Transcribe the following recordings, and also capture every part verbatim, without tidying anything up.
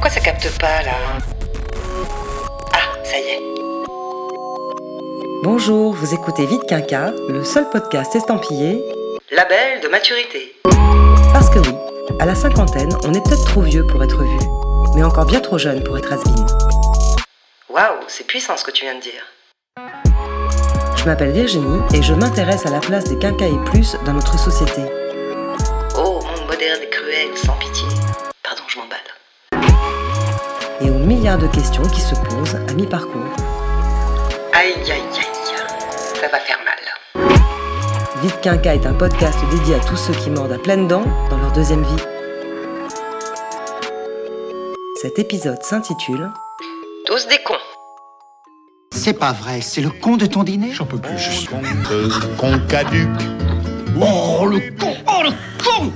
Pourquoi ça capte pas, là? Ah, ça y est. Bonjour, vous écoutez Vite Quinca, le seul podcast estampillé Label de maturité. Parce que oui, à la cinquantaine, on est peut-être trop vieux pour être vu, mais encore bien trop jeune pour être has-been. Waouh, c'est puissant ce que tu viens de dire. Je m'appelle Virginie et je m'intéresse à la place des quinca et plus dans notre société. Oh, monde moderne et cruel, sans pitié. Pardon, je m'emballe. Et aux milliards de questions qui se posent à mi-parcours. Aïe, aïe, aïe, ça va faire mal. Vite Quinca est un podcast dédié à tous ceux qui mordent à pleines dents dans leur deuxième vie. Cet épisode s'intitule Tous des cons. C'est pas vrai, c'est le con de ton dîner? J'en peux plus, je suis con, euh, con caduc. Oh le con, oh le con.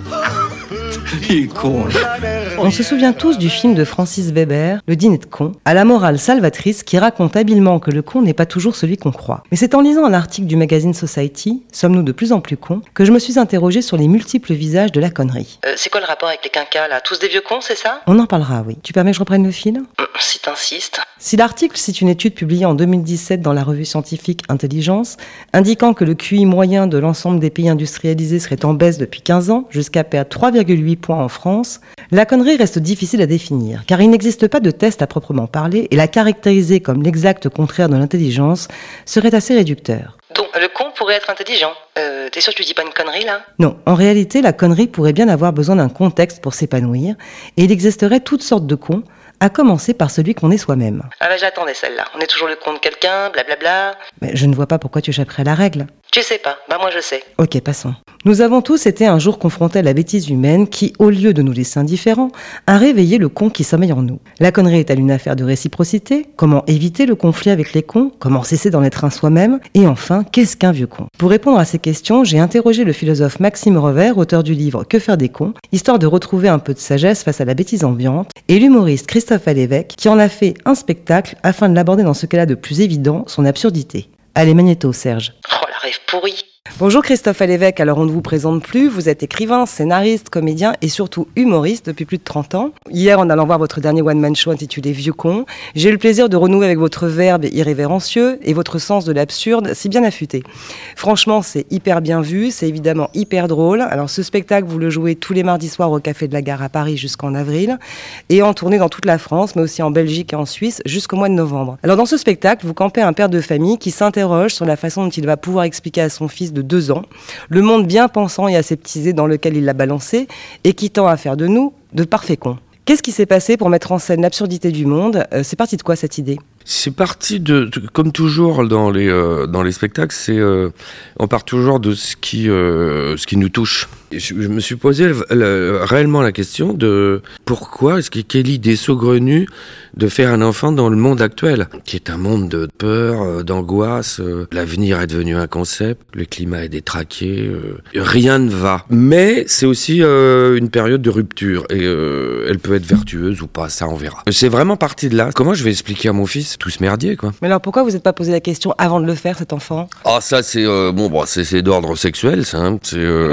Il est con. On se souvient tous du film de Francis Weber, Le dîner de cons, à la morale salvatrice qui raconte habilement que le con n'est pas toujours celui qu'on croit. Mais c'est en lisant un article du magazine Society, Sommes-nous de plus en plus cons, que je me suis interrogée sur les multiples visages de la connerie. Euh, c'est quoi le rapport avec les quinquas, là? Tous des vieux cons, c'est ça? On en parlera, oui. Tu permets que je reprenne le fil? Mmh, si t'insistes. Si l'article cite une étude publiée en deux mille dix-sept dans la revue scientifique Intelligence, indiquant que le Q I moyen de l'ensemble des pays industrialisés serait en baisse depuis quinze ans, jusqu'à perdre trois virgule huit points en France, la connerie reste difficile à définir, car il n'existe pas de test à proprement parler, et la caractériser comme l'exact contraire de l'intelligence serait assez réducteur. Donc, le con pourrait être intelligent. Euh, t'es sûr que tu dis pas une connerie, là? Non, en réalité, la connerie pourrait bien avoir besoin d'un contexte pour s'épanouir, et il existerait toutes sortes de cons, à commencer par celui qu'on est soi-même. Ah bah j'attendais celle-là. On est toujours le con de quelqu'un, blablabla. Mais je ne vois pas pourquoi tu échapperais à la règle. Tu sais pas, bah moi je sais. Ok, passons. Nous avons tous été un jour confrontés à la bêtise humaine qui, au lieu de nous laisser indifférents, a réveillé le con qui sommeille en nous. La connerie est-elle une affaire de réciprocité? Comment éviter le conflit avec les cons? Comment cesser d'en être un soi-même? Et enfin, qu'est-ce qu'un vieux con? Pour répondre à ces questions, j'ai interrogé le philosophe Maxime Revers, auteur du livre Que faire des cons, histoire de retrouver un peu de sagesse face à la bêtise ambiante, et l'humoriste Christophe Alévèque, qui en a fait un spectacle afin de l'aborder dans ce qu'elle a de plus évident, son absurdité. Allez, magnéto, Serge. Oh, la rêve pourrie. Bonjour Christophe Alévèque, alors on ne vous présente plus, vous êtes écrivain, scénariste, comédien et surtout humoriste depuis plus de trente ans. Hier, en allant voir votre dernier one-man show intitulé Vieux con, j'ai eu le plaisir de renouer avec votre verbe irrévérencieux et votre sens de l'absurde si bien affûté. Franchement, c'est hyper bien vu, c'est évidemment hyper drôle. Alors ce spectacle, vous le jouez tous les mardis soirs au Café de la Gare à Paris jusqu'en avril et en tournée dans toute la France, mais aussi en Belgique et en Suisse jusqu'au mois de novembre. Alors dans ce spectacle, vous campez un père de famille qui s'interroge sur la façon dont il va pouvoir expliquer à son fils de deux ans, le monde bien pensant et aseptisé dans lequel il l'a balancé et qui tend à faire de nous de parfaits cons. Qu'est-ce qui s'est passé pour mettre en scène l'absurdité du monde? euh, C'est parti de quoi cette idée? C'est parti de, de, comme toujours dans les euh, dans les spectacles, c'est euh, on part toujours de ce qui euh, ce qui nous touche. Et je, je me suis posé le, le, réellement la question de pourquoi est-ce que quelle idée saugrenue de faire un enfant dans le monde actuel, qui est un monde de peur, euh, d'angoisse. Euh, l'avenir est devenu un concept, le climat est détraqué, euh, rien ne va. Mais c'est aussi euh, une période de rupture et euh, elle peut être vertueuse ou pas, ça on verra. C'est vraiment parti de là. Comment je vais expliquer à mon fils tout ce merdier, quoi? Mais alors pourquoi vous n'êtes pas posé la question avant de le faire, cet enfant? Ah, ça c'est euh, bon, bon c'est, c'est d'ordre sexuel, ça. Hein, c'est. Euh...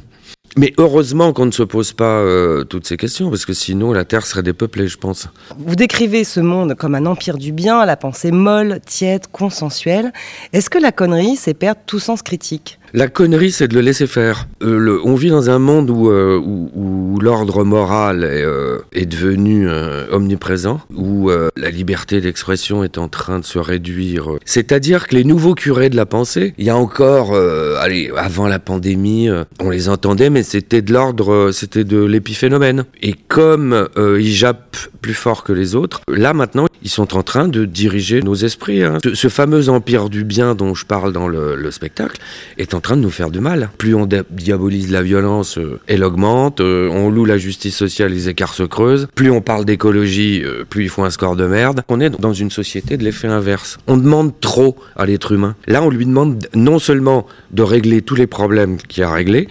Mais heureusement qu'on ne se pose pas euh, toutes ces questions, parce que sinon la Terre serait dépeuplée, je pense. Vous décrivez ce monde comme un empire du bien, la pensée molle, tiède, consensuelle. Est-ce que la connerie, c'est perdre tout sens critique? La connerie, c'est de le laisser faire. Euh, le, on vit dans un monde où, euh, où, où l'ordre moral est, euh, est devenu euh, omniprésent, où euh, la liberté d'expression est en train de se réduire. C'est-à-dire que les nouveaux curés de la pensée, il y a encore, euh, allez, avant la pandémie, euh, on les entendait, mais c'était de l'ordre, euh, c'était de l'épiphénomène. Et comme euh, ils jappent plus fort que les autres, là maintenant, ils sont en train de diriger nos esprits. Hein. Ce, ce fameux empire du bien dont je parle dans le, le spectacle est en train de nous faire du mal. Plus on diabolise la violence, euh, elle augmente. Euh, on loue la justice sociale, les écarts se creusent. Plus on parle d'écologie, euh, plus il faut un score de merde. On est dans une société de l'effet inverse. On demande trop à l'être humain. Là, on lui demande non seulement de régler tous les problèmes qu'il y a à régler,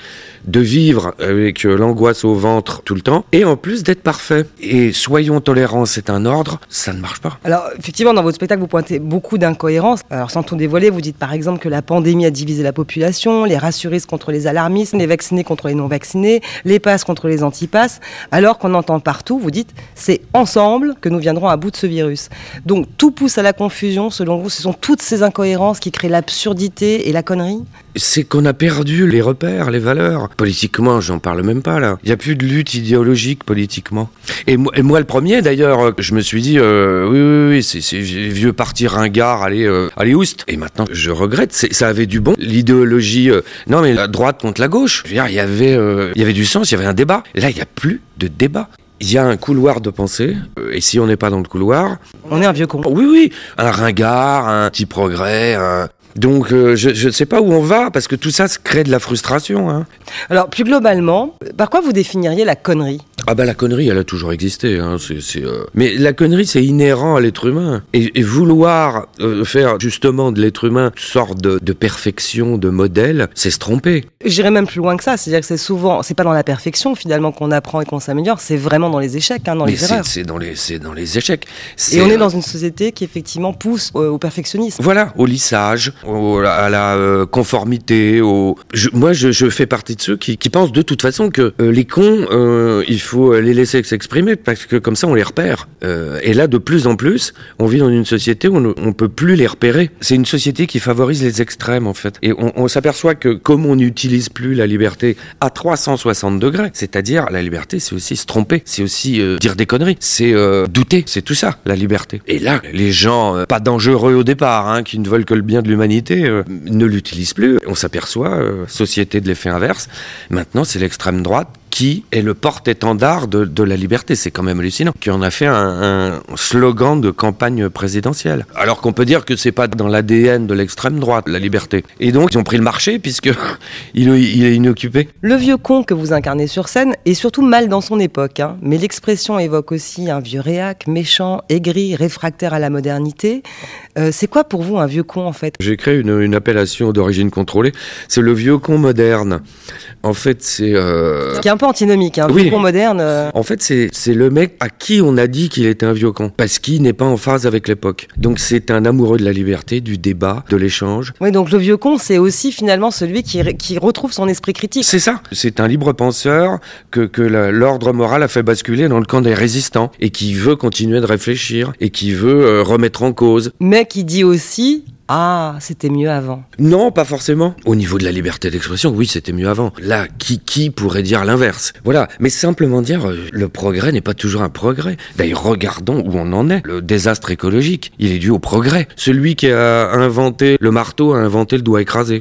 de vivre avec l'angoisse au ventre tout le temps, et en plus d'être parfait. Et soyons tolérants, c'est un ordre, ça ne marche pas. Alors, effectivement, dans votre spectacle, vous pointez beaucoup d'incohérences. Alors, sans tout dévoiler, vous dites par exemple que la pandémie a divisé la population, les rassuristes contre les alarmistes, les vaccinés contre les non-vaccinés, les passes contre les antipasses, alors qu'on entend partout, vous dites, c'est ensemble que nous viendrons à bout de ce virus. Donc, tout pousse à la confusion, selon vous, ce sont toutes ces incohérences qui créent l'absurdité et la connerie ? C'est qu'on a perdu les repères, les valeurs. Politiquement, j'en parle même pas, là. Il n'y a plus de lutte idéologique, politiquement. Et moi, et moi le premier, d'ailleurs, je me suis dit, euh, oui, oui, oui, c'est, c'est vieux parti ringard, allez, euh, allez, oust. Et maintenant, je regrette, c'est, ça avait du bon. L'idéologie, euh, non, mais la droite contre la gauche. Je veux dire, il y avait, euh, il y avait du sens, il y avait un débat. Là, il n'y a plus de débat. Il y a un couloir de pensée, et si on n'est pas dans le couloir... On est un vieux con. Oui, oui, un ringard, un petit progrès, un... Donc euh, je ne sais pas où on va, parce que tout ça crée de la frustration. Hein. Alors, plus globalement, par quoi vous définiriez la connerie ? Ah bah la connerie, elle a toujours existé. Hein. C'est, c'est, euh... Mais la connerie, c'est inhérent à l'être humain. Et, et vouloir euh, faire justement de l'être humain une sorte de, de perfection, de modèle, c'est se tromper. J'irais même plus loin que ça. C'est-à-dire que c'est souvent, c'est pas dans la perfection finalement qu'on apprend et qu'on s'améliore, c'est vraiment dans les échecs, hein, dans Mais les c'est, erreurs. c'est, dans les, c'est dans les échecs. C'est, et on est euh... dans une société qui effectivement pousse au, au perfectionnisme. Voilà, au lissage, au, à la euh, conformité. Au... Je, moi, je, je fais partie de ceux qui, qui pensent de toute façon que euh, les cons, euh, il faut les laisser s'exprimer parce que comme ça, on les repère. Euh, et là, de plus en plus, on vit dans une société où on ne peut plus les repérer. C'est une société qui favorise les extrêmes, en fait. Et on, on s'aperçoit que comme on n'utilise plus la liberté à trois cent soixante degrés, c'est-à-dire la liberté, c'est aussi se tromper, c'est aussi euh, dire des conneries, c'est euh, douter, c'est tout ça, la liberté. Et là, les gens, euh, pas dangereux au départ, hein, qui ne veulent que le bien de l'humanité, euh, ne l'utilisent plus. On s'aperçoit, euh, société de l'effet inverse, maintenant c'est l'extrême droite qui est le porte-étendard de, de la liberté. C'est quand même hallucinant. Qui en a fait un, un slogan de campagne présidentielle. Alors qu'on peut dire que c'est pas dans l'A D N de l'extrême droite, la liberté. Et donc, ils ont pris le marché puisque il, il est inoccupé. Le vieux con que vous incarnez sur scène est surtout mal dans son époque. Hein. Mais l'expression évoque aussi un vieux réac, méchant, aigri, réfractaire à la modernité. Euh, c'est quoi pour vous un vieux con, en fait ? J'ai créé une, une appellation d'origine contrôlée. C'est le vieux con moderne. En fait, c'est... Euh... Ce qui est un peu antinomique, hein. Oui. Vieux con moderne... Euh... En fait, c'est, c'est le mec à qui on a dit qu'il était un vieux con. Parce qu'il n'est pas en phase avec l'époque. Donc c'est un amoureux de la liberté, du débat, de l'échange. Oui, donc le vieux con, c'est aussi finalement celui qui, qui retrouve son esprit critique. C'est ça. C'est un libre penseur que, que la, l'ordre moral a fait basculer dans le camp des résistants. Et qui veut continuer de réfléchir. Et qui veut euh, remettre en cause. Mais qui dit aussi... Ah, c'était mieux avant. Non, pas forcément. Au niveau de la liberté d'expression, oui, c'était mieux avant. Là, qui, qui pourrait dire l'inverse ? Voilà. Mais simplement dire, euh, le progrès n'est pas toujours un progrès. D'ailleurs, regardons où on en est. Le désastre écologique, il est dû au progrès. Celui qui a inventé le marteau a inventé le doigt écrasé.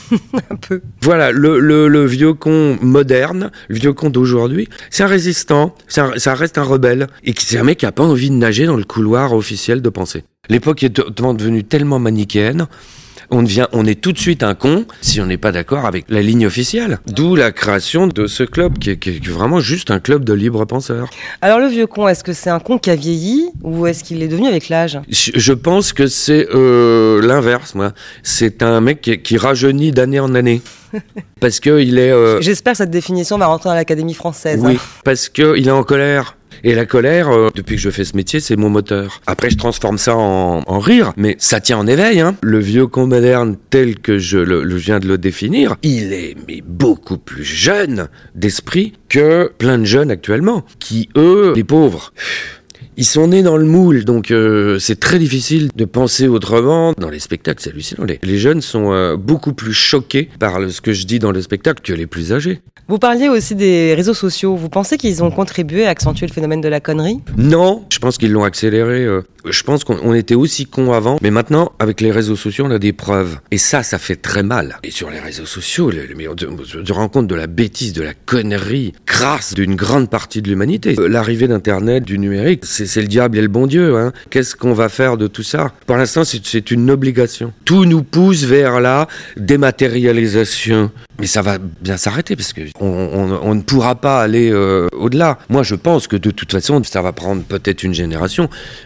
Un peu. Voilà, le, le, le vieux con moderne, le vieux con d'aujourd'hui, c'est un résistant, c'est un, ça reste un rebelle. Et c'est un mec qui n'a pas envie de nager dans le couloir officiel de pensée. L'époque est devenue tellement manichéenne, on, devient, on est tout de suite un con si on n'est pas d'accord avec la ligne officielle. D'où la création de ce club, qui est, qui est vraiment juste un club de libres penseurs. Alors le vieux con, est-ce que c'est un con qui a vieilli ou est-ce qu'il est devenu avec l'âge ? Je, je pense que c'est euh, l'inverse, moi. C'est un mec qui, qui rajeunit d'année en année. Parce qu'il est... Euh... J'espère que cette définition va rentrer dans l'Académie française. Oui, hein. parce qu'il est en colère. Et la colère, euh, depuis que je fais ce métier, c'est mon moteur. Après, je transforme ça en, en rire, mais ça tient en éveil. Hein. Le vieux con moderne tel que je, le, je viens de le définir, il est mais beaucoup plus jeune d'esprit que plein de jeunes actuellement, qui, eux, les pauvres... Ils sont nés dans le moule, donc euh, c'est très difficile de penser autrement. Dans les spectacles, c'est hallucinant. Les, les jeunes sont euh, beaucoup plus choqués par le, ce que je dis dans le spectacle que les plus âgés. Vous parliez aussi des réseaux sociaux. Vous pensez qu'ils ont contribué à accentuer le phénomène de la connerie ? Non, je pense qu'ils l'ont accéléré. Euh, je pense qu'on on était aussi cons avant, mais maintenant, avec les réseaux sociaux, on a des preuves. Et ça, ça fait très mal. Et sur les réseaux sociaux, les, les, on se rend compte de la bêtise, de la connerie crasse d'une grande partie de l'humanité. Euh, l'arrivée d'Internet, du numérique, c'est C'est le diable et le bon Dieu. Hein. Qu'est-ce qu'on va faire de tout ça ? Pour l'instant, c'est, c'est une obligation. Tout nous pousse vers la dématérialisation. Mais ça va bien s'arrêter parce que on, on, on ne pourra pas aller euh, au-delà. Moi, je pense que de toute façon, ça va prendre peut-être une génération, mais euh,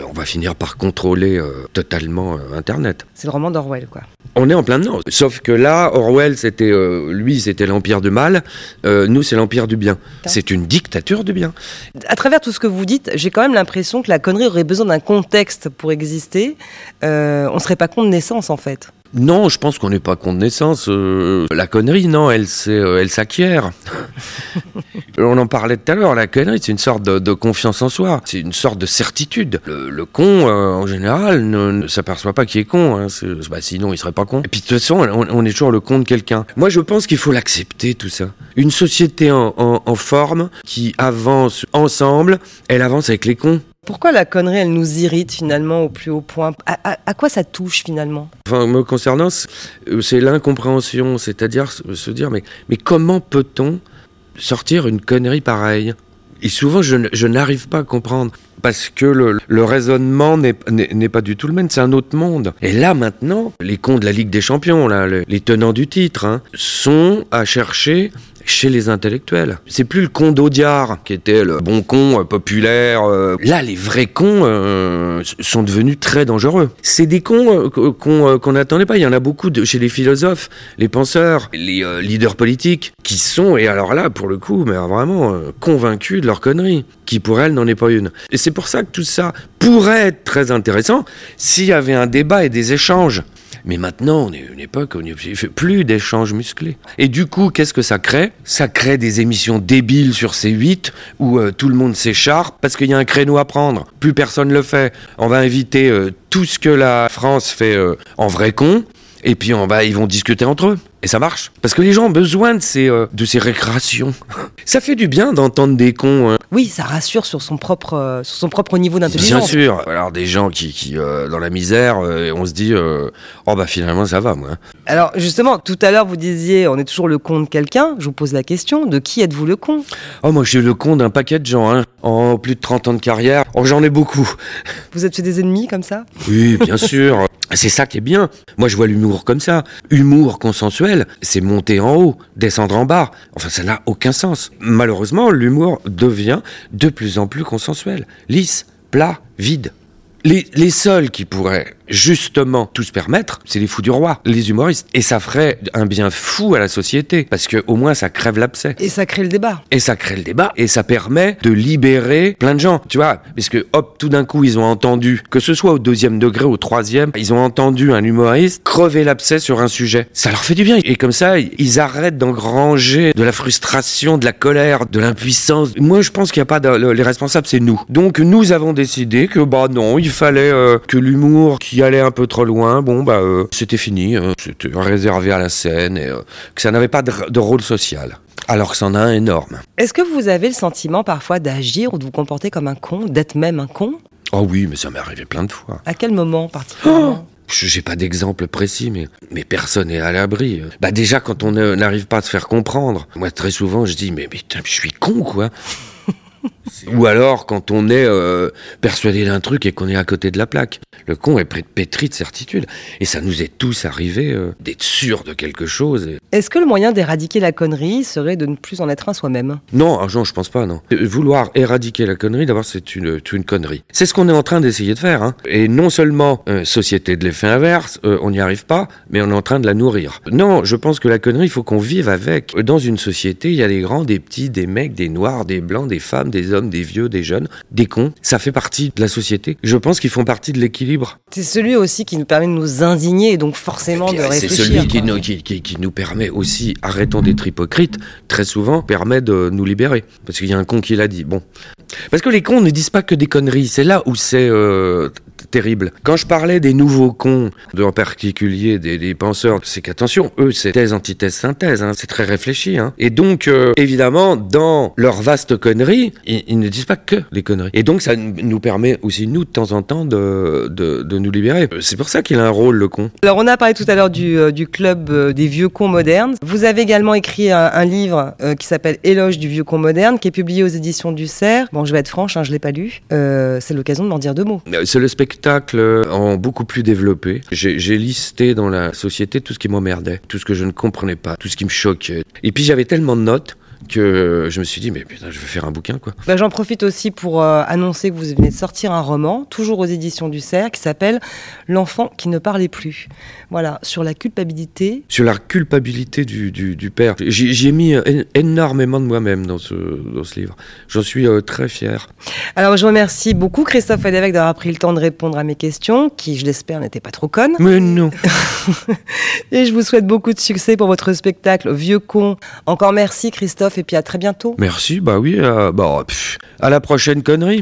on va finir par contrôler euh, totalement euh, Internet. C'est le roman d'Orwell, quoi. On est en plein dedans. Sauf que là, Orwell, c'était, euh, lui, c'était l'empire du mal. Euh, nous, c'est l'empire du bien. Putain. C'est une dictature du bien. À travers tout ce que vous dites, j'ai quand même l'impression que la connerie aurait besoin d'un contexte pour exister. Euh, on serait pas con de naissance, en fait. Non, je pense qu'on n'est pas con de naissance. Euh, la connerie, non, elle, c'est, euh, elle s'acquiert. On en parlait tout à l'heure. La connerie, c'est une sorte de, de confiance en soi. C'est une sorte de certitude. Le, le con, euh, en général, ne, ne s'aperçoit pas qu'il est con. Hein. C'est, bah, sinon, il serait pas con. Et puis, de toute façon, on, on est toujours le con de quelqu'un. Moi, je pense qu'il faut l'accepter, tout ça. Une société en, en, en forme, qui avance ensemble, elle avance avec les cons. Pourquoi la connerie, elle nous irrite finalement au plus haut point ? À, à, à quoi ça touche finalement ? Enfin, me concernant, c'est, c'est l'incompréhension, c'est-à-dire se dire, mais, mais comment peut-on sortir une connerie pareille ? Et souvent, je, je n'arrive pas à comprendre, parce que le, le raisonnement n'est, n'est, n'est pas du tout le même, c'est un autre monde. Et là, maintenant, les cons de la Ligue des Champions, là, les, les tenants du titre, hein, sont à chercher chez les intellectuels. C'est plus le con d'Audiard, qui était le bon con euh, populaire. Euh. Là, les vrais cons euh, sont devenus très dangereux. C'est des cons euh, qu'on euh, qu'on n'attendait pas. Il y en a beaucoup de, chez les philosophes, les penseurs, les euh, leaders politiques, qui sont, et alors là, pour le coup, mais vraiment euh, convaincus de leur connerie, qui pour elle n'en est pas une. Et c'est pour ça que tout ça pourrait être très intéressant s'il y avait un débat et des échanges. Mais maintenant, on est à une époque où il ne fait plus d'échanges musclés. Et du coup, qu'est-ce que ça crée ? Ça crée des émissions débiles sur C huit où euh, tout le monde s'écharpe parce qu'il y a un créneau à prendre. Plus personne le fait. On va inviter euh, tout ce que la France fait euh, en vrai con. Et puis on va, ils vont discuter entre eux. Et ça marche. Parce que les gens ont besoin de ces, euh, de ces récréations. Ça fait du bien d'entendre des cons. Hein. Oui, ça rassure sur son propre, euh, sur son propre niveau d'intelligence. Bien sûr. Alors des gens qui, qui euh, dans la misère, euh, on se dit, euh, oh bah finalement ça va, moi. Alors justement, tout à l'heure vous disiez, on est toujours le con de quelqu'un. Je vous pose la question, de qui êtes-vous le con ? Oh moi je suis le con d'un paquet de gens. Hein. En plus de trente ans de carrière, oh j'en ai beaucoup. Vous êtes fait des ennemis comme ça ? Oui, bien sûr. C'est ça qui est bien. Moi, je vois l'humour comme ça. Humour consensuel, c'est monter en haut, descendre en bas. Enfin, ça n'a aucun sens. Malheureusement, l'humour devient de plus en plus consensuel. Lisse, plat, vide. Les, les seuls qui pourraient justement tout se permettre, c'est les fous du roi, les humoristes. Et ça ferait un bien fou à la société, parce que au moins ça crève l'abcès. Et ça crée le débat. Et ça crée le débat, et ça permet de libérer plein de gens, tu vois. Parce que hop, tout d'un coup, ils ont entendu, que ce soit au deuxième degré, au troisième, ils ont entendu un humoriste crever l'abcès sur un sujet. Ça leur fait du bien. Et comme ça, ils arrêtent d'engranger de la frustration, de la colère, de l'impuissance. Moi, je pense qu'il n'y a pas de... Les responsables, c'est nous. Donc, nous avons décidé que, bah non, il fallait euh, que l'humour qui allait un peu trop loin, bon bah euh, c'était fini, euh, c'était réservé à la scène et euh, que ça n'avait pas de, de rôle social. Alors que ça en a un énorme. Est-ce que vous avez le sentiment parfois d'agir ou de vous comporter comme un con, d'être même un con ? Oh oui, mais ça m'est arrivé plein de fois. À quel moment particulièrement ? Oh, j'ai pas d'exemple précis, mais, mais personne n'est à l'abri. Bah déjà quand on euh, n'arrive pas à se faire comprendre, moi très souvent je dis mais, mais je suis con quoi. Ou alors quand on est euh, persuadé d'un truc et qu'on est à côté de la plaque. Le con est pétri de certitude. Et ça nous est tous arrivé euh, d'être sûr de quelque chose. Et... Est-ce que le moyen d'éradiquer la connerie serait de ne plus en être un soi-même ? Non, non, je pense pas, non. Vouloir éradiquer la connerie, d'abord, c'est une, une connerie. C'est ce qu'on est en train d'essayer de faire. Hein. Et non seulement, euh, société de l'effet inverse, euh, on n'y arrive pas, mais on est en train de la nourrir. Non, je pense que la connerie, il faut qu'on vive avec. Dans une société, il y a des grands, des petits, des mecs, des noirs, des blancs, des femmes, des hommes, des vieux, des jeunes, des cons. Ça fait partie de la société. Je pense qu'ils font partie de l'équilibre. C'est celui aussi qui nous permet de nous indigner et donc forcément de réfléchir. C'est celui qui nous, qui, qui, qui nous permet aussi, arrêtons d'être hypocrites, très souvent permet de nous libérer. Parce qu'il y a un con qui l'a dit. Bon. Parce que les cons ne disent pas que des conneries. C'est là où c'est euh, terrible. Quand je parlais des nouveaux cons, de, en particulier des, des penseurs, c'est qu'attention, eux, c'est thèse, antithèse, synthèse. Hein, c'est très réfléchi. Hein. Et donc, euh, évidemment, dans leur vaste connerie, ils, ils ne disent pas que des conneries. Et donc, ça nous permet aussi, nous, de temps en temps, de, de, de nous libérer. C'est pour ça qu'il a un rôle, le con. Alors, on a parlé tout à l'heure du, euh, du club euh, des vieux cons modernes. Vous avez également écrit un, un livre euh, qui s'appelle Éloge du vieux con moderne, qui est publié aux éditions du Cerf. Bon, je vais être franche, hein, je l'ai pas lu. Euh, c'est l'occasion de m'en dire deux mots. C'est le spectacle en beaucoup plus développé. J'ai, j'ai listé dans la société tout ce qui m'emmerdait, tout ce que je ne comprenais pas, tout ce qui me choquait. Et puis, j'avais tellement de notes que je me suis dit, mais putain, je vais faire un bouquin, quoi. Bah, j'en profite aussi pour euh, annoncer que vous venez de sortir un roman, toujours aux éditions du Cerf, qui s'appelle « L'enfant qui ne parlait plus ». Voilà, sur la culpabilité. Sur la culpabilité du, du, du père. J'y, j'y ai mis é- énormément de moi-même dans ce, dans ce livre. J'en suis euh, très fier. Alors, je remercie beaucoup Christophe Lévesque d'avoir pris le temps de répondre à mes questions, qui, je l'espère, n'étaient pas trop connes. Mais non. Et je vous souhaite beaucoup de succès pour votre spectacle Vieux Con. Encore merci Christophe, et puis à très bientôt. Merci, bah oui, euh, bah, pff, à la prochaine connerie.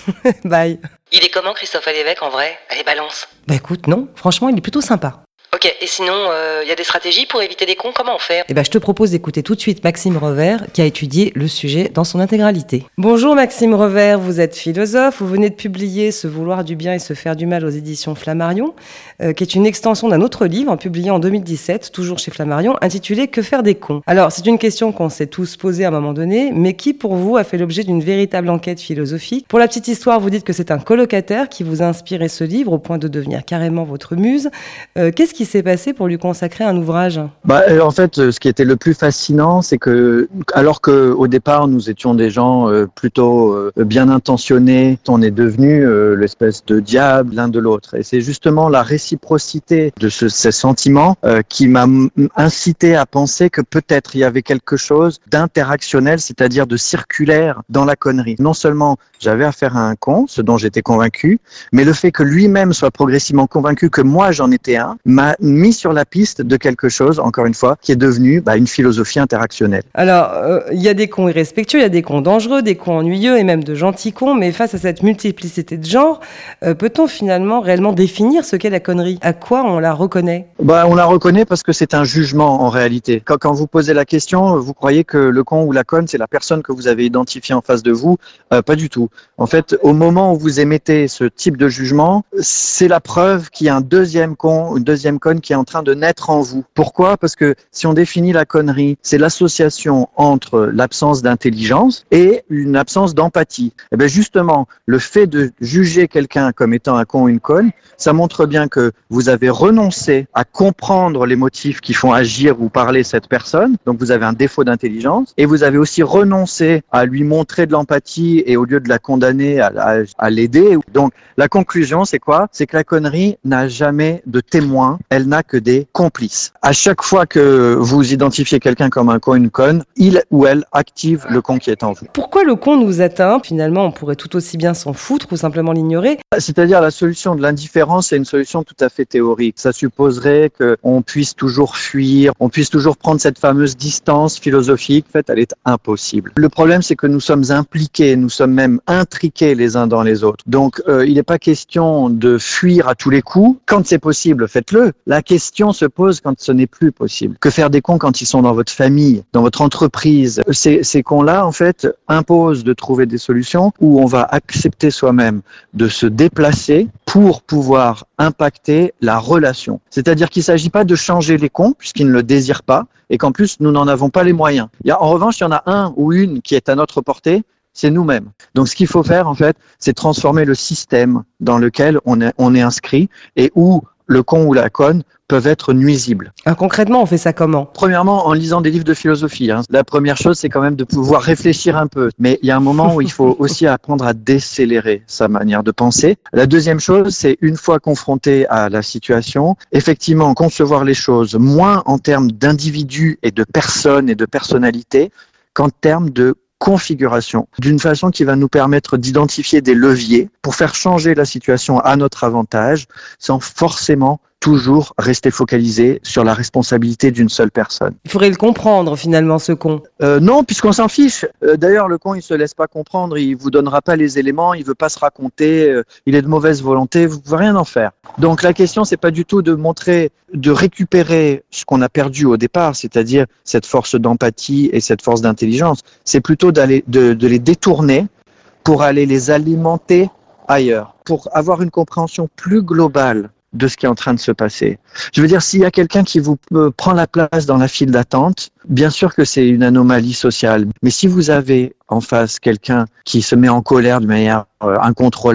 Bye. Il est comment Christophe Lévesque en vrai? Allez, balance. Bah écoute, non, franchement, il est plutôt sympa. Ok, et sinon, il euh, y a des stratégies pour éviter des cons, comment on fait? Eh ben, je te propose d'écouter tout de suite Maxime Revers, qui a étudié le sujet dans son intégralité. Bonjour Maxime Revers, vous êtes philosophe, vous venez de publier Se vouloir du bien et se faire du mal aux éditions Flammarion, euh, qui est une extension d'un autre livre, publié en deux mille dix-sept, toujours chez Flammarion, intitulé Que faire des cons? Alors, c'est une question qu'on s'est tous posée à un moment donné, mais qui, pour vous, a fait l'objet d'une véritable enquête philosophique? Pour la petite histoire, vous dites que c'est un colocataire qui vous a inspiré ce livre au point de devenir carrément votre muse. Euh, qu'est-ce qui s'est passé pour lui consacrer un ouvrage? Bah, en fait, ce qui était le plus fascinant, c'est que, alors que au départ nous étions des gens euh, plutôt euh, bien intentionnés, on est devenus euh, l'espèce de diable l'un de l'autre. Et c'est justement la réciprocité de ce, ces sentiments euh, qui m'a m- incité à penser que peut-être il y avait quelque chose d'interactionnel, c'est-à-dire de circulaire dans la connerie. Non seulement j'avais affaire à un con, ce dont j'étais convaincu, mais le fait que lui-même soit progressivement convaincu que moi j'en étais un, m'a mis sur la piste de quelque chose, encore une fois, qui est devenu bah, une philosophie interactionnelle. Alors, il euh, y a des cons irrespectueux, il y a des cons dangereux, des cons ennuyeux et même de gentils cons, mais face à cette multiplicité de genres, euh, peut-on finalement réellement définir ce qu'est la connerie? À quoi on la reconnaît? Bah, on la reconnaît parce que c'est un jugement en réalité. Quand, quand vous posez la question, vous croyez que le con ou la conne, c'est la personne que vous avez identifiée en face de vous? euh, Pas du tout. En fait, au moment où vous émettez ce type de jugement, c'est la preuve qu'il y a un deuxième con, une deuxième conne qui est en train de naître en vous. Pourquoi? Parce que si on définit la connerie, c'est l'association entre l'absence d'intelligence et une absence d'empathie. Et bien justement, le fait de juger quelqu'un comme étant un con ou une conne, ça montre bien que vous avez renoncé à comprendre les motifs qui font agir ou parler cette personne, donc vous avez un défaut d'intelligence, et vous avez aussi renoncé à lui montrer de l'empathie et au lieu de la condamner, à, à, à l'aider. Donc la conclusion, c'est quoi? C'est que la connerie n'a jamais de témoin, elle n'a que des complices. À chaque fois que vous identifiez quelqu'un comme un con, une conne, il ou elle active le con qui est en vous. Pourquoi le con nous atteint? Finalement, on pourrait tout aussi bien s'en foutre ou simplement l'ignorer. C'est-à-dire la solution de l'indifférence est une solution tout à fait théorique. Ça supposerait qu'on puisse toujours fuir, on puisse toujours prendre cette fameuse distance philosophique. En fait, elle est impossible. Le problème, c'est que nous sommes impliqués, nous sommes même intriqués les uns dans les autres. Donc, euh, il n'est pas question de fuir à tous les coups. Quand c'est possible, faites-le. La question se pose quand ce n'est plus possible. Que faire des cons quand ils sont dans votre famille, dans votre entreprise? Ces, ces cons-là, en fait, imposent de trouver des solutions où on va accepter soi-même de se déplacer pour pouvoir impacter la relation. C'est-à-dire qu'il ne s'agit pas de changer les cons, puisqu'ils ne le désirent pas, et qu'en plus, nous n'en avons pas les moyens. Il y a, en revanche, il y en a un ou une qui est à notre portée, c'est nous-mêmes. Donc ce qu'il faut faire, en fait, c'est transformer le système dans lequel on est, on est inscrit et où le con ou la conne peuvent être nuisibles. Alors, concrètement, on fait ça comment? Premièrement, en lisant des livres de philosophie. Hein. La première chose, c'est quand même de pouvoir réfléchir un peu. Mais il y a un moment où il faut aussi apprendre à décélérer sa manière de penser. La deuxième chose, c'est une fois confronté à la situation, effectivement, concevoir les choses moins en termes d'individus et de personnes et de personnalités qu'en termes de configuration, d'une façon qui va nous permettre d'identifier des leviers pour faire changer la situation à notre avantage, sans forcément toujours rester focalisé sur la responsabilité d'une seule personne. Il faudrait le comprendre, finalement, ce con. Euh, non, puisqu'on s'en fiche. Euh, d'ailleurs, le con, il se laisse pas comprendre, il vous donnera pas les éléments, il veut pas se raconter, euh, il est de mauvaise volonté, vous pouvez rien en faire. Donc la question, c'est pas du tout de montrer, de récupérer ce qu'on a perdu au départ, c'est-à-dire cette force d'empathie et cette force d'intelligence. C'est plutôt d'aller, de, de les détourner pour aller les alimenter ailleurs, pour avoir une compréhension plus globale de ce qui est en train de se passer. Je veux dire, s'il y a quelqu'un qui vous euh, prend la place dans la file d'attente, bien sûr que c'est une anomalie sociale. Mais si vous avez en face quelqu'un qui se met en colère de manière euh, incontrôlable,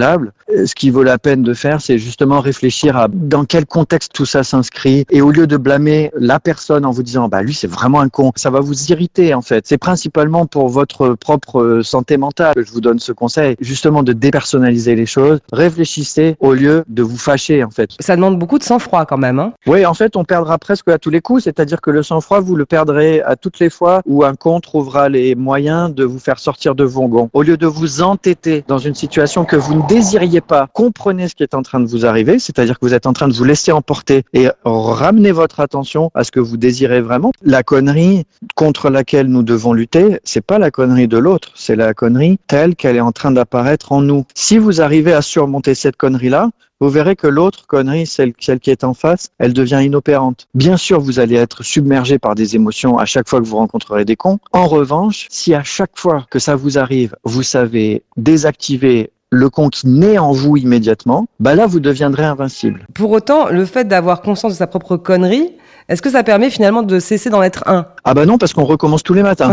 ce qui vaut la peine de faire, c'est justement réfléchir à dans quel contexte tout ça s'inscrit. Et au lieu de blâmer la personne en vous disant bah lui c'est vraiment un con, ça va vous irriter en fait. C'est principalement pour votre propre santé mentale que je vous donne ce conseil, justement de dépersonnaliser les choses. Réfléchissez au lieu de vous fâcher en fait. Ça demande beaucoup de sang-froid quand même, hein. Oui, en fait, on perdra presque à tous les coups, c'est-à-dire que le sang-froid, vous le perdrez à toutes les fois où un con trouvera les moyens de vous faire sortir de vos gonds. Au lieu de vous entêter dans une situation que vous ne désiriez pas, comprenez ce qui est en train de vous arriver, c'est-à-dire que vous êtes en train de vous laisser emporter et ramenez votre attention à ce que vous désirez vraiment. La connerie contre laquelle nous devons lutter, c'est pas la connerie de l'autre, c'est la connerie telle qu'elle est en train d'apparaître en nous. Si vous arrivez à surmonter cette connerie-là, vous verrez que l'autre connerie, celle, celle qui est en face, elle devient inopérante. Bien sûr, vous allez être submergé par des émotions à chaque fois que vous rencontrerez des cons. En revanche, si à chaque fois que ça vous arrive, vous savez désactiver le con qui naît en vous immédiatement, bah là, vous deviendrez invincible. Pour autant, le fait d'avoir conscience de sa propre connerie, est-ce que ça permet finalement de cesser d'en être un ? Ah bah non, parce qu'on recommence tous les matins.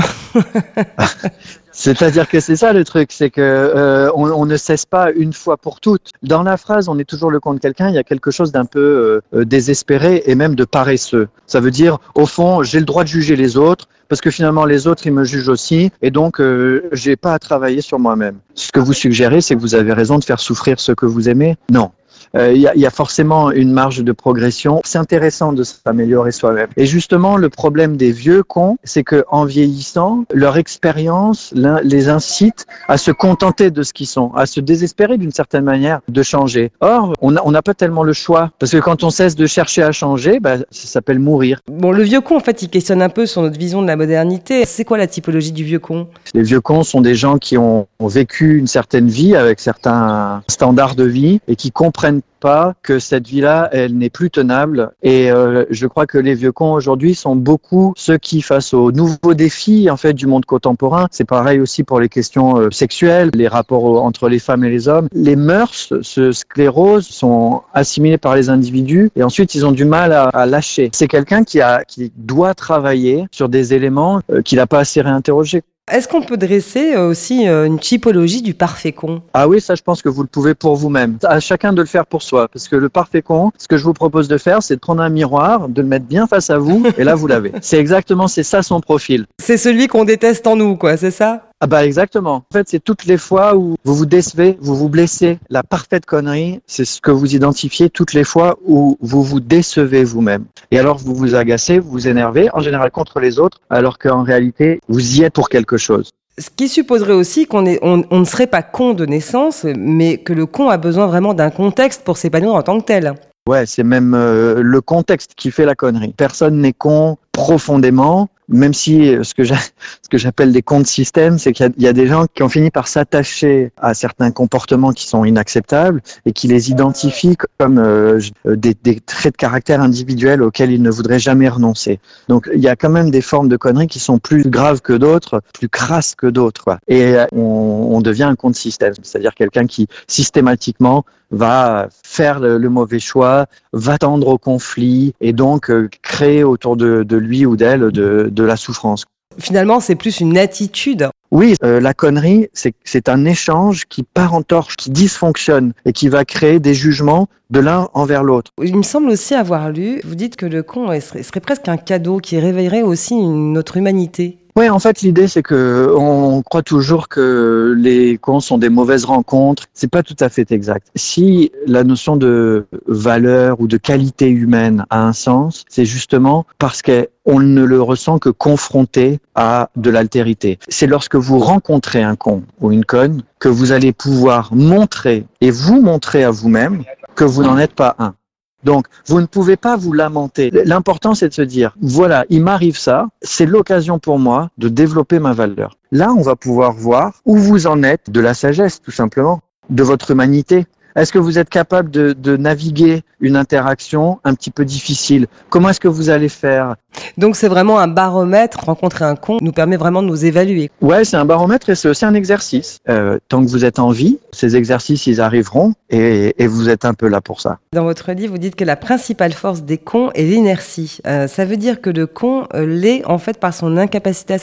C'est-à-dire que c'est ça le truc, c'est que euh, on, on ne cesse pas une fois pour toutes. Dans la phrase, on est toujours le con de quelqu'un, il y a quelque chose d'un peu euh, désespéré et même de paresseux. Ça veut dire, au fond, j'ai le droit de juger les autres, parce que finalement les autres, ils me jugent aussi, et donc euh, j'ai pas à travailler sur moi-même. Ce que vous suggérez, c'est que vous avez raison de faire souffrir ceux que vous aimez ? Non. Il euh, y, y a forcément une marge de progression. C'est intéressant de s'améliorer soi-même. Et justement, le problème des vieux cons, c'est que en vieillissant, leur expérience les incite à se contenter de ce qu'ils sont, à se désespérer d'une certaine manière de changer. Or, on n'a on n'a pas tellement le choix, parce que quand on cesse de chercher à changer, bah, ça s'appelle mourir. Bon, le vieux con, en fait, il questionne un peu sur notre vision de la modernité. C'est quoi la typologie du vieux con ? Les vieux cons sont des gens qui ont, ont vécu une certaine vie avec certains standards de vie et qui comprennent pas que cette vie-là, elle n'est plus tenable. Et euh, je crois que les vieux cons aujourd'hui sont beaucoup ceux qui, face aux nouveaux défis en fait du monde contemporain, c'est pareil aussi pour les questions euh, sexuelles, les rapports au, entre les femmes et les hommes. Les mœurs se sclérosent, sont assimilées par les individus et ensuite ils ont du mal à, à lâcher. C'est quelqu'un qui a qui doit travailler sur des éléments euh, qu'il n'a pas assez réinterrogés. Est-ce qu'on peut dresser aussi une typologie du parfait con ? Ah oui, ça je pense que vous le pouvez pour vous-même. À chacun de le faire pour soi. Parce que le parfait con, ce que je vous propose de faire, c'est de prendre un miroir, de le mettre bien face à vous, et là vous l'avez. C'est exactement, c'est ça son profil. C'est celui qu'on déteste en nous, quoi, c'est ça ? Ah bah exactement. En fait, c'est toutes les fois où vous vous décevez, vous vous blessez. La parfaite connerie, c'est ce que vous identifiez toutes les fois où vous vous décevez vous-même. Et alors vous vous agacez, vous vous énervez, en général contre les autres, alors qu'en réalité, vous y êtes pour quelque chose. Ce qui supposerait aussi qu'on est, on, on ne serait pas con de naissance, mais que le con a besoin vraiment d'un contexte pour s'épanouir en tant que tel. Ouais, c'est même euh, le contexte qui fait la connerie. Personne n'est con profondément, même si ce que j'a, ce que j'appelle des cons de système, c'est qu'il y a, il y a des gens qui ont fini par s'attacher à certains comportements qui sont inacceptables et qui les identifient comme euh, des, des traits de caractère individuels auxquels ils ne voudraient jamais renoncer. Donc il y a quand même des formes de conneries qui sont plus graves que d'autres, plus crasses que d'autres, quoi. Et on, on devient un con de système, c'est-à-dire quelqu'un qui systématiquement va faire le, le mauvais choix, va tendre au conflit et donc euh, créer autour de, de lui ou d'elle de, de la souffrance. Finalement, c'est plus une attitude. Oui, euh, la connerie, c'est, c'est un échange qui part en torche, qui dysfonctionne et qui va créer des jugements de l'un envers l'autre. Il me semble aussi avoir lu, vous dites que le con serait, serait presque un cadeau qui réveillerait aussi une, notre humanité. Ouais, en fait, l'idée, c'est que on croit toujours que les cons sont des mauvaises rencontres. C'est pas tout à fait exact. Si la notion de valeur ou de qualité humaine a un sens, c'est justement parce qu'on ne le ressent que confronté à de l'altérité. C'est lorsque vous rencontrez un con ou une conne que vous allez pouvoir montrer et vous montrer à vous-même que vous n'en êtes pas un. Donc, vous ne pouvez pas vous lamenter. L'important, c'est de se dire, voilà, il m'arrive ça, c'est l'occasion pour moi de développer ma valeur. Là, on va pouvoir voir où vous en êtes de la sagesse, tout simplement, de votre humanité. Est-ce que vous êtes capable de, de naviguer une interaction un petit peu difficile ? Comment est-ce que vous allez faire ? Donc c'est vraiment un baromètre. Rencontrer un con nous permet vraiment de nous évaluer. Ouais, c'est un baromètre et c'est aussi un exercice. Euh, tant que vous êtes en vie, ces exercices, ils arriveront et, et vous êtes un peu là pour ça. Dans votre livre, vous dites que la principale force des cons est l'inertie. Euh, ça veut dire que le con euh, l'est en fait par son incapacité à s'adapter ?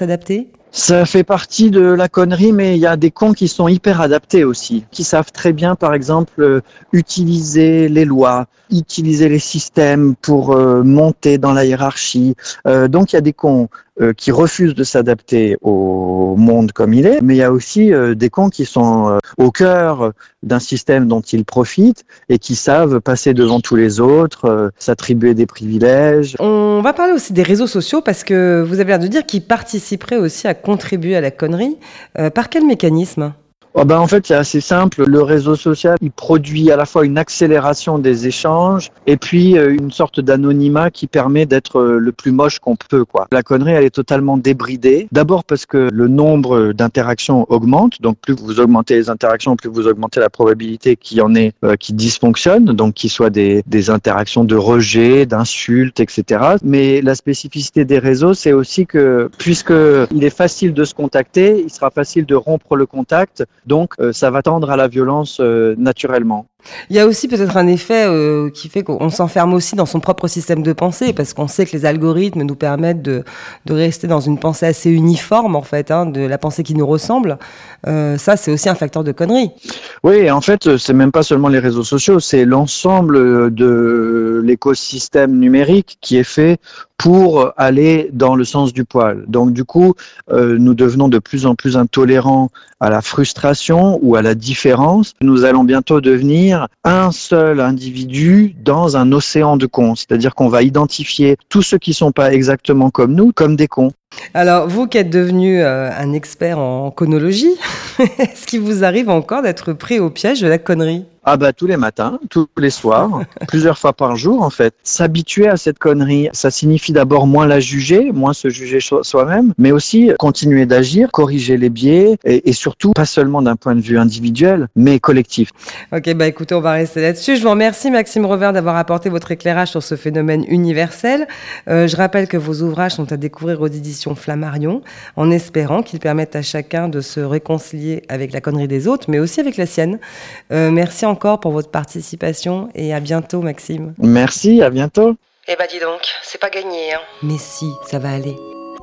Ça fait partie de la connerie, mais il y a des cons qui sont hyper adaptés aussi, qui savent très bien, par exemple, euh, utiliser les lois, utiliser les systèmes pour euh, monter dans la hiérarchie. Euh, donc il y a des cons euh, qui refusent de s'adapter au monde comme il est, mais il y a aussi euh, des cons qui sont euh, au cœur d'un système dont ils profitent et qui savent passer devant tous les autres, euh, s'attribuer des privilèges. On va parler aussi des réseaux sociaux parce que vous avez l'air de dire qu'ils participeraient aussi à contribuer à la connerie. Euh, par quel mécanisme ? Oh ben en fait, c'est assez simple. Le réseau social, il produit à la fois une accélération des échanges et puis euh, une sorte d'anonymat qui permet d'être euh, le plus moche qu'on peut, quoi. La connerie, elle est totalement débridée. D'abord parce que le nombre d'interactions augmente. Donc, plus vous augmentez les interactions, plus vous augmentez la probabilité qu'il y en ait euh, qui dysfonctionnent. Donc, qu'il soit des, des interactions de rejet, d'insultes, et cetera. Mais la spécificité des réseaux, c'est aussi que puisque il est facile de se contacter, il sera facile de rompre le contact. Donc, euh, ça va tendre à la violence euh, naturellement. Il y a aussi peut-être un effet euh, qui fait qu'on s'enferme aussi dans son propre système de pensée, parce qu'on sait que les algorithmes nous permettent de, de rester dans une pensée assez uniforme, en fait, hein, de la pensée qui nous ressemble. Euh, ça, c'est aussi un facteur de connerie. Oui, en fait, c'est même pas seulement les réseaux sociaux, c'est l'ensemble de l'écosystème numérique qui est fait pour aller dans le sens du poil. Donc, du coup, euh, nous devenons de plus en plus intolérants à la frustration ou à la différence. Nous allons bientôt devenir un seul individu dans un océan de cons. C'est-à-dire qu'on va identifier tous ceux qui sont pas exactement comme nous comme des cons. Alors, vous qui êtes devenu euh, un expert en conologie, est-ce qu'il vous arrive encore d'être pris au piège de la connerie ? Ah bah tous les matins, tous les soirs, plusieurs fois par jour en fait. S'habituer à cette connerie, ça signifie d'abord moins la juger, moins se juger soi-même, mais aussi continuer d'agir, corriger les biais et, et surtout pas seulement d'un point de vue individuel, mais collectif. Ok, bah écoutez, on va rester là-dessus. Je vous remercie Maxime Revers d'avoir apporté votre éclairage sur ce phénomène universel. Euh, je rappelle que vos ouvrages sont à découvrir aux éditions Flammarion, en espérant qu'ils permettent à chacun de se réconcilier avec la connerie des autres, mais aussi avec la sienne. Euh, merci encore pour votre participation et à bientôt Maxime. Merci, à bientôt. Eh bah dis donc, c'est pas gagné, hein. Mais si, ça va aller.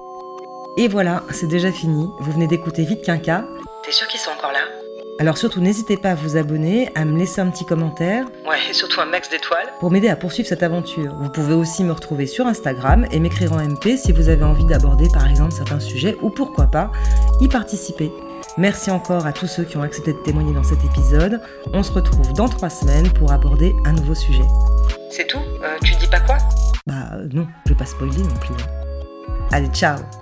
Et voilà, c'est déjà fini. Vous venez d'écouter Vite Quinca. T'es sûr qu'ils sont encore là ? Alors surtout, n'hésitez pas à vous abonner, à me laisser un petit commentaire. Ouais, et surtout un max d'étoiles. Pour m'aider à poursuivre cette aventure. Vous pouvez aussi me retrouver sur Instagram et m'écrire en M P si vous avez envie d'aborder par exemple certains sujets ou pourquoi pas y participer. Merci encore à tous ceux qui ont accepté de témoigner dans cet épisode. On se retrouve dans trois semaines pour aborder un nouveau sujet. C'est tout ? euh, Tu dis pas quoi ? Bah non, je vais pas spoiler non plus. Allez, ciao!